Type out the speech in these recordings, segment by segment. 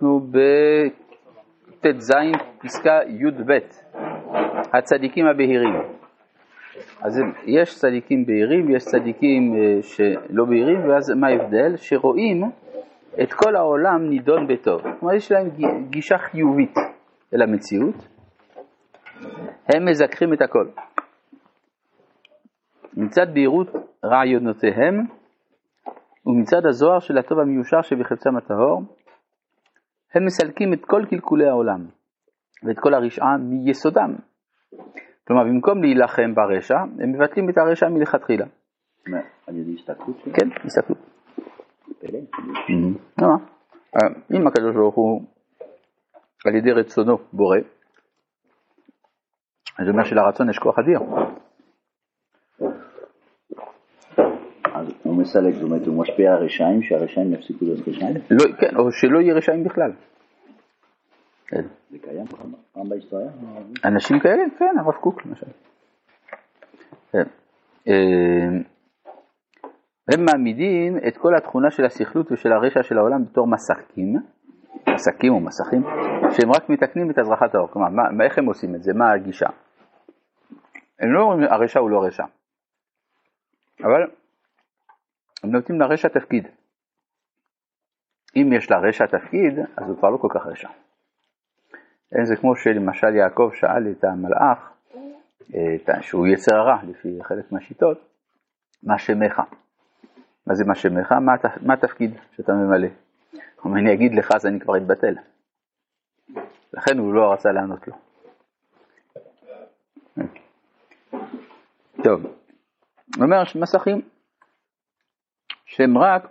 אנחנו בט"ז פסקה י"ב, הצדיקים הבהירים. אז יש צדיקים בהירים ויש צדיקים שלא בהירים, ואז מה ההבדל? שרואים את כל העולם נידון בטוב. כלומר יש להם גישה חיובית אל המציאות, הם מזכחים את הכל. מצד בהירות רעיונותיהם ומצד הזוהר של הטוב המיושר שבחפצם הטהור, הם מסלקים את כל קלקולי העולם ואת כל הרשעה מיסודם. כלומר, במקום להילחם ברשע, הם מבטלים את הרשע מלכתחילה. על ידי הסתכלות? כן, הסתכלות. אם הקדוש ברוך הוא על ידי רצונו בורא, אז זה אומר שלרצון יש כוח אדיר. אז הוא מסלק, זאת אומרת, הוא משפיע על הרשעים, שהרשעים יפסיקו להיות רשעים? כן, או שלא יהיה רשעים בכלל. זה קיים פעם בהיסטוריה? אנשים כאלה? כן, הרב קוק למשל. הם מעמידים את כל התכונה של השכלות ושל הרשע של העולם בתור מסכים או מסכים, שהם רק מתקנים את הזרחת האור. כלומר, איך הם עושים את זה? מה הגישה? הם לא אומרים, הרשע הוא לא רשע. אבל הם נותנים לרשע תפקיד. אם יש לרשע תפקיד, אז הוא כבר לא כל כך רשע. זה כמו שלמשל יעקב שאל את המלאך, שהוא יצר הרע לפי חלק מהשיטות, מה שמך? מה זה מה שמך? מה התפקיד שאתה ממלא? אם אני אגיד לך אז אני כבר אתבטל. לכן הוא לא רצה לענות לו. טוב, הוא אומר שמסכים שהם רק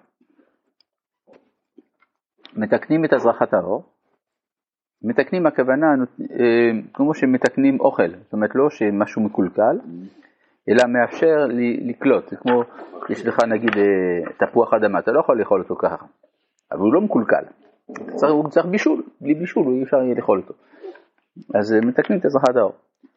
מתקנים את הזרחת האור, מתקנים הכוונה כמו שמתקנים אוכל, זאת אומרת לא שמשהו מקולקל, אלא מאפשר לקלוט. זה כמו, יש לך נגיד תפוח אדמה, אתה לא יכול לאכול אותו ככה, אבל הוא לא מקולקל, הוא צריך בישול, בלי בישול הוא אי אפשר יהיה לאכול אותו. אז מתקנים את הזרחת האור,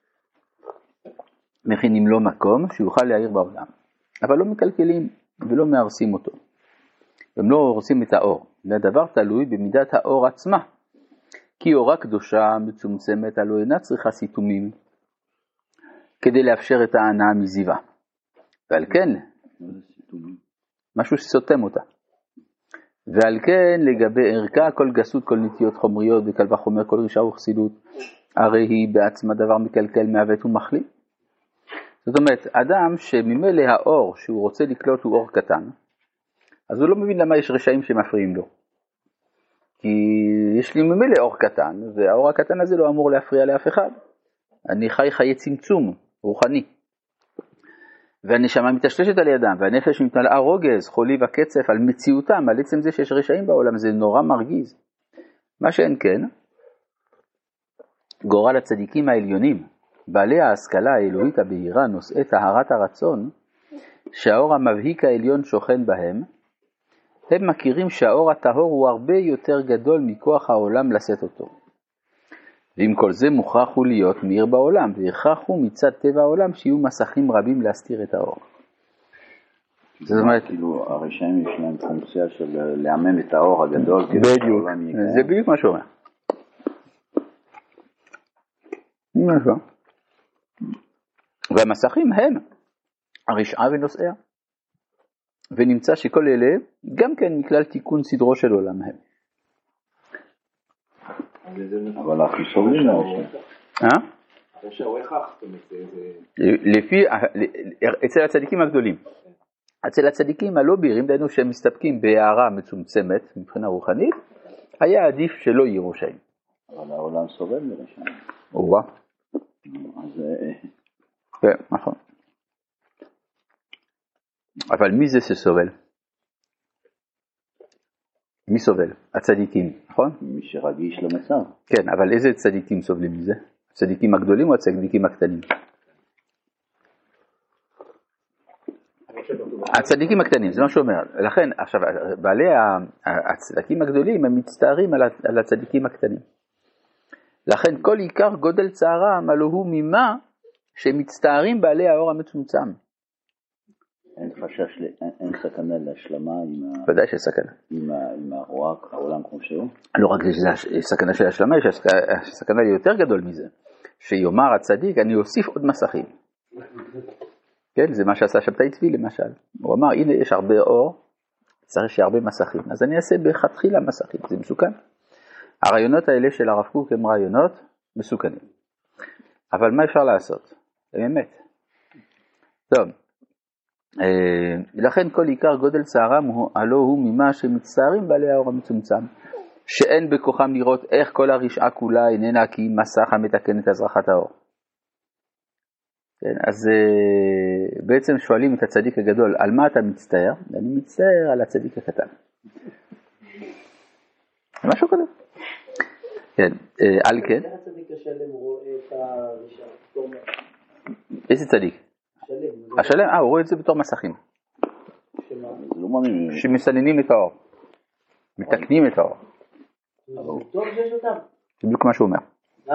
מכינים לו מקום שיוכל להעיר בעולם, אבל לא מקלקלים ולא מהרסים אותו, הם לא הורסים את האור. והדבר תלוי במידת האור עצמה, כי אורה קדושה מצומצמת הלא אינה צריכה סיתומים כדי לאפשר את ההנאה מזיווה, ועל כן משהו שסותם אותה, ועל כן לגבי ערכה כל גסות כל נטיות חומריות וקל וחומר כל רשעה וכסילות, הרי היא בעצמה דבר מקלקל מעוות ומחליט. זאת אומרת, אדם שממילא האור שהוא רוצה לקלוט הוא אור קטן, אז הוא לא מבין למה יש רשעים שמפריעים לו, כי יש לי ממילא אור קטן, והאור הקטן הזה לא אמור להפריע לאף אחד. אני חי חיי צמצום רוחני, והנשמה מתשתשת על ידם, והנפש מתמלאה רוגז, חולי וקצף על מציאותם, על עצם זה שיש רשעים בעולם. זה נורא מרגיז. מה שאין כן, גורל הצדיקים העליונים, בעלי ההשכלה האלוהית הבהירה, נושאי טהרת הרצון, שהאור המבהיק העליון שוכן בהם, הם מכירים שהאור הטהור הוא הרבה יותר גדול מכוח העולם לשאת אותו. ועם כל זה מוכרח הוא להיות מאיר בעולם, והכרח הוא מצד טבע העולם שיהיו מסכים רבים להסתיר את האור. זאת אומרת, כאילו הרשעים יש להם פונקציה של להמם את האור הגדול. בדיוק, זה בדיוק מה שאומר. והמסכים הם הרשעה ונושאיה. ונמצא שכל אלה גם כן מכלל תיקון סדרו של עולם הם. אבל הכי סובלים מהרשע. הרשע הוא הכרח. אצל הצדיקים הגדולים. אצל הצדיקים הלא בהירים, דיינו שהם מסתפקים בהערה מצומצמת מבחינה רוחנית, היה עדיף שלא יהיו רשעים. אבל העולם סובל מרשעים. וואה. אז כן, נכון. אבל מי זה שסובל? מי סובל? הצדיקים, נכון? מי שרגיש למצב. כן, אבל איזה צדיקים סובלים מזה? הצדיקים הגדולים או הצדיקים הקטנים? הצדיקים הקטנים, זה מה שאומר. לכן, עכשיו, בעלי הצדיקים הגדולים הם מצטערים על הצדיקים הקטנים. לכן כל עיקר גודל צערם הלא הוא ממה שמצטערים בעלי האור המצומצם. אין חשש, אין סכנה להשלמה ודאי שיש סכנה. עם העולם כמו שהוא? לא רק יש סכנה של השלמה, יש סכנה יותר גדול מזה. שיאמר הצדיק, אני אוסיף עוד מסכים. כן, זה מה שעשה שבתאי צבי למשל. הוא אמר, הנה יש הרבה אור, צריך שיהיה הרבה מסכים. אז אני אעשה בכתחילה מסכים, זה מסוכן. הרעיונות האלה של הרב קוק הם רעיונות מסוכנים. אבל מה אפשר לעשות? באמת. טוב. לכן כל עיקר גודל צערם הלא הוא ממה שמצטערים בעלי האור המצומצם, שאין בכוחם לראות איך כל הרשעה כולה איננה כי מסך המתקן את הזרחת האור. כן, אז בעצם שואלים את הצדיק הגדול, על מה אתה מצטער? אני מצטער על הצדיק הקטן. משהו כזה. כן, על כן. איך הצדיק השלם רואה את הרשעה? איזה צדיק? השלם, הוא רואה את זה בתור מסכים. שמסננים את האור. מתקנים את האור. טוב שיש אותם. זה בדיוק מה שהוא אומר.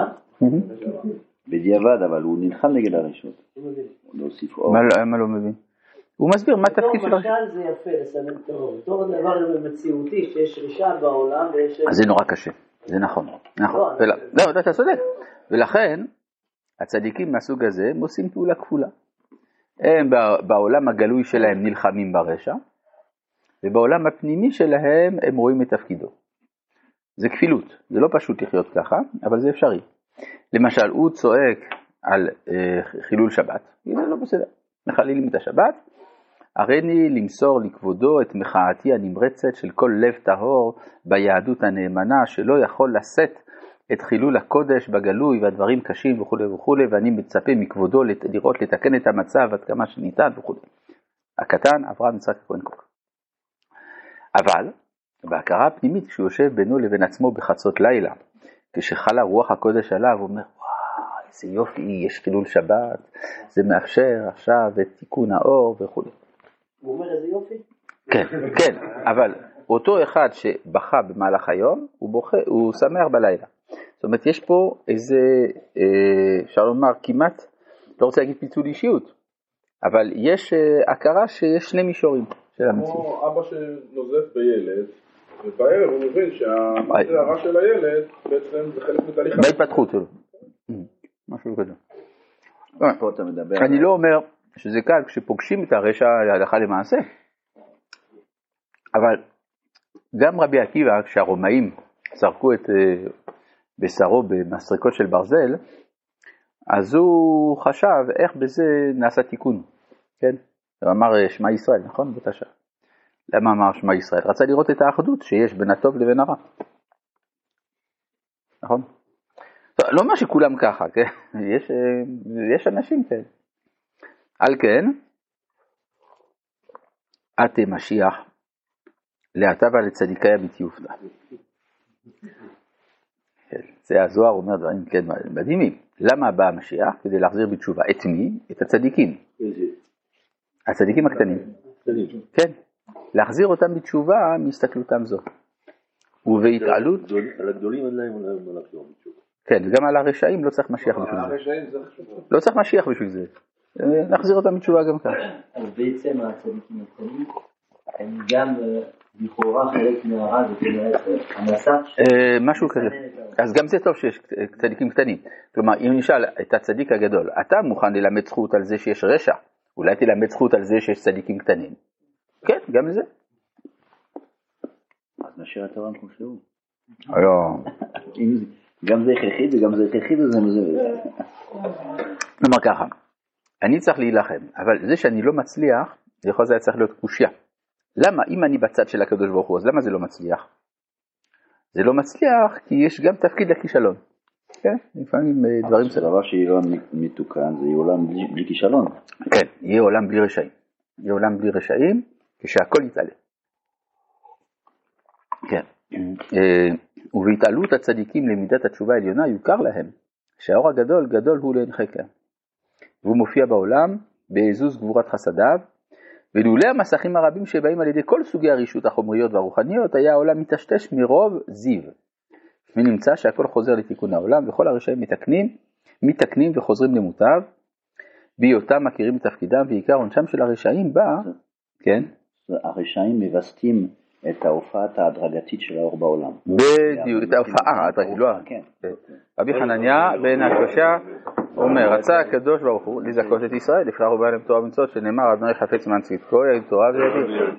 בדיעבד, אבל הוא נלחם נגד הרשות. מה לא מבין? הוא מסביר מה התפקיד של הרשעה. משל זה יפה לסנן את האור. בתור דבר מציאותי שיש רשעה בעולם ויש... אז זה נורא קשה. זה נכון. לא, אתה צודק. ולכן, הצדיקים מהסוג הזה הם עושים פעולה כפולה. הם בעולם הגלוי שלהם נלחמים ברשע, ובעולם הפנימי שלהם הם רואים את תפקידו. זה כפילות, זה לא פשוט לחיות ככה, אבל זה אפשרי. למשל, הוא צועק על חילול שבת, זה לא בסדר, מחללים את השבת, הריני למסור לכבודו את מחאתי הנמרצת של כל לב טהור ביהדות הנאמנה, שלא יכול לשאת את חילול הקודש בגלוי והדברים קשים וכו' וכו', ואני מצפה מכבודו לראות לתקן את המצב עד כמה שניתן וכו'. הקטן אברהם יצחק הכהן קוק. אבל בהכרה הפנימית כשהוא יושב בינו לבין עצמו בחצות לילה, כשחלה רוח הקודש עליו, הוא אומר וואו איזה יופי, יש חילול שבת, זה מאפשר עכשיו את תיקון האור וכו'. הוא אומר איזה יופי? כן, כן, אבל אותו אחד שבכה במהלך היום, הוא שמח בלילה. זאת אומרת, יש פה איזה, אפשר לומר, כמעט, לא רוצה להגיד פיצול אישיות, אבל יש הכרה שיש שני מישורים של המציאות. כמו אבא שנוזף בילד, ובערב הוא מבין שהמעשה הרע של הילד, בעצם זה חלק מתהליך... בהתפתחות שלו. משהו כזה. אני לא אומר שזה קל כשפוגשים את הרשע להלכה למעשה, אבל גם רבי עקיבא, כשהרומאים זרקו את בשרו במסריקות של ברזל, אז הוא חשב איך בזה נעשה תיקון, כן? הוא אמר שמע ישראל, נכון? בתשע. למה אמר שמע ישראל? רצה לראות את האחדות שיש בין הטוב לבין הרע. נכון? לא מה שכולם ככה, כן? יש אנשים כאלה. על כן, אתם משיח לאתה ולצדיקה בתיופתא. זה הזוהר אומר דברים כן מדהימים. למה בא המשיח? כדי להחזיר בתשובה. את מי? את הצדיקים. הצדיקים הקטנים. כן. להחזיר אותם בתשובה מהסתכלותם זו. ובהתעלות... על הגדולים אין להם מה לחזור בתשובה. כן, גם על הרשעים לא צריך משיח בשביל זה. לא צריך משיח בשביל זה. נחזיר אותם בתשובה גם כאן. אז בעצם הצדיקים הקטנים הם גם לכאורה חלק מהרע, זאת אומרת, המסך... משהו כזה. אז גם זה טוב שיש צדיקים קטנים. כלומר, אם נשאל את הצדיק הגדול, אתה מוכן ללמד זכות על זה שיש רשע? אולי תלמד זכות על זה שיש צדיקים קטנים? כן, גם לזה. אז נשאר את הרם כמו שהוא. לא. גם זה הכרחי וגם זה הכרחי וזה מזה. נאמר ככה, אני צריך להילחם, אבל זה שאני לא מצליח, זה יכול להיות צריך להיות קושיה. למה? אם אני בצד של הקדוש ברוך הוא, אז למה זה לא מצליח? זה לא מצליח כי יש גם תפקיד לכישלון. כן? לפעמים דברים... זה דבר שיהיה עולם מתוקן, זה יהיה עולם בלי כישלון. כן, יהיה עולם בלי רשעים. יהיה עולם בלי רשעים, כשהכל יתעלה. כן. ובהתעלות הצדיקים למידת התשובה העליונה יוכר להם, שהאור הגדול גדול הוא לאין חקר. והוא מופיע בעולם בעזוז גבורת חסדיו, ולולא המסכים הרבים שבאים על ידי כל סוגי הרישות החומריות והרוחניות, היה העולם מתשתש מרוב זיו. ונמצא שהכל חוזר לתיקון העולם, וכל הרשעים מתקנים וחוזרים למוטב, בהיותם מכירים את תפקידם, ועיקר עונשם של הרשעים בא, כן? הרשעים מבסטים את ההופעת ההדרגתית של האור בעולם. בדיוק, את ההופעה ההדרגתית, לא. רבי חנניה בן הקדושה אומר, רצה הקדוש ברוך הוא לזכות את ישראל, לבחר ובא להם תורה ומצוות, שנאמר, אדוני חפץ למען צדקו, יאהב תורה וידין.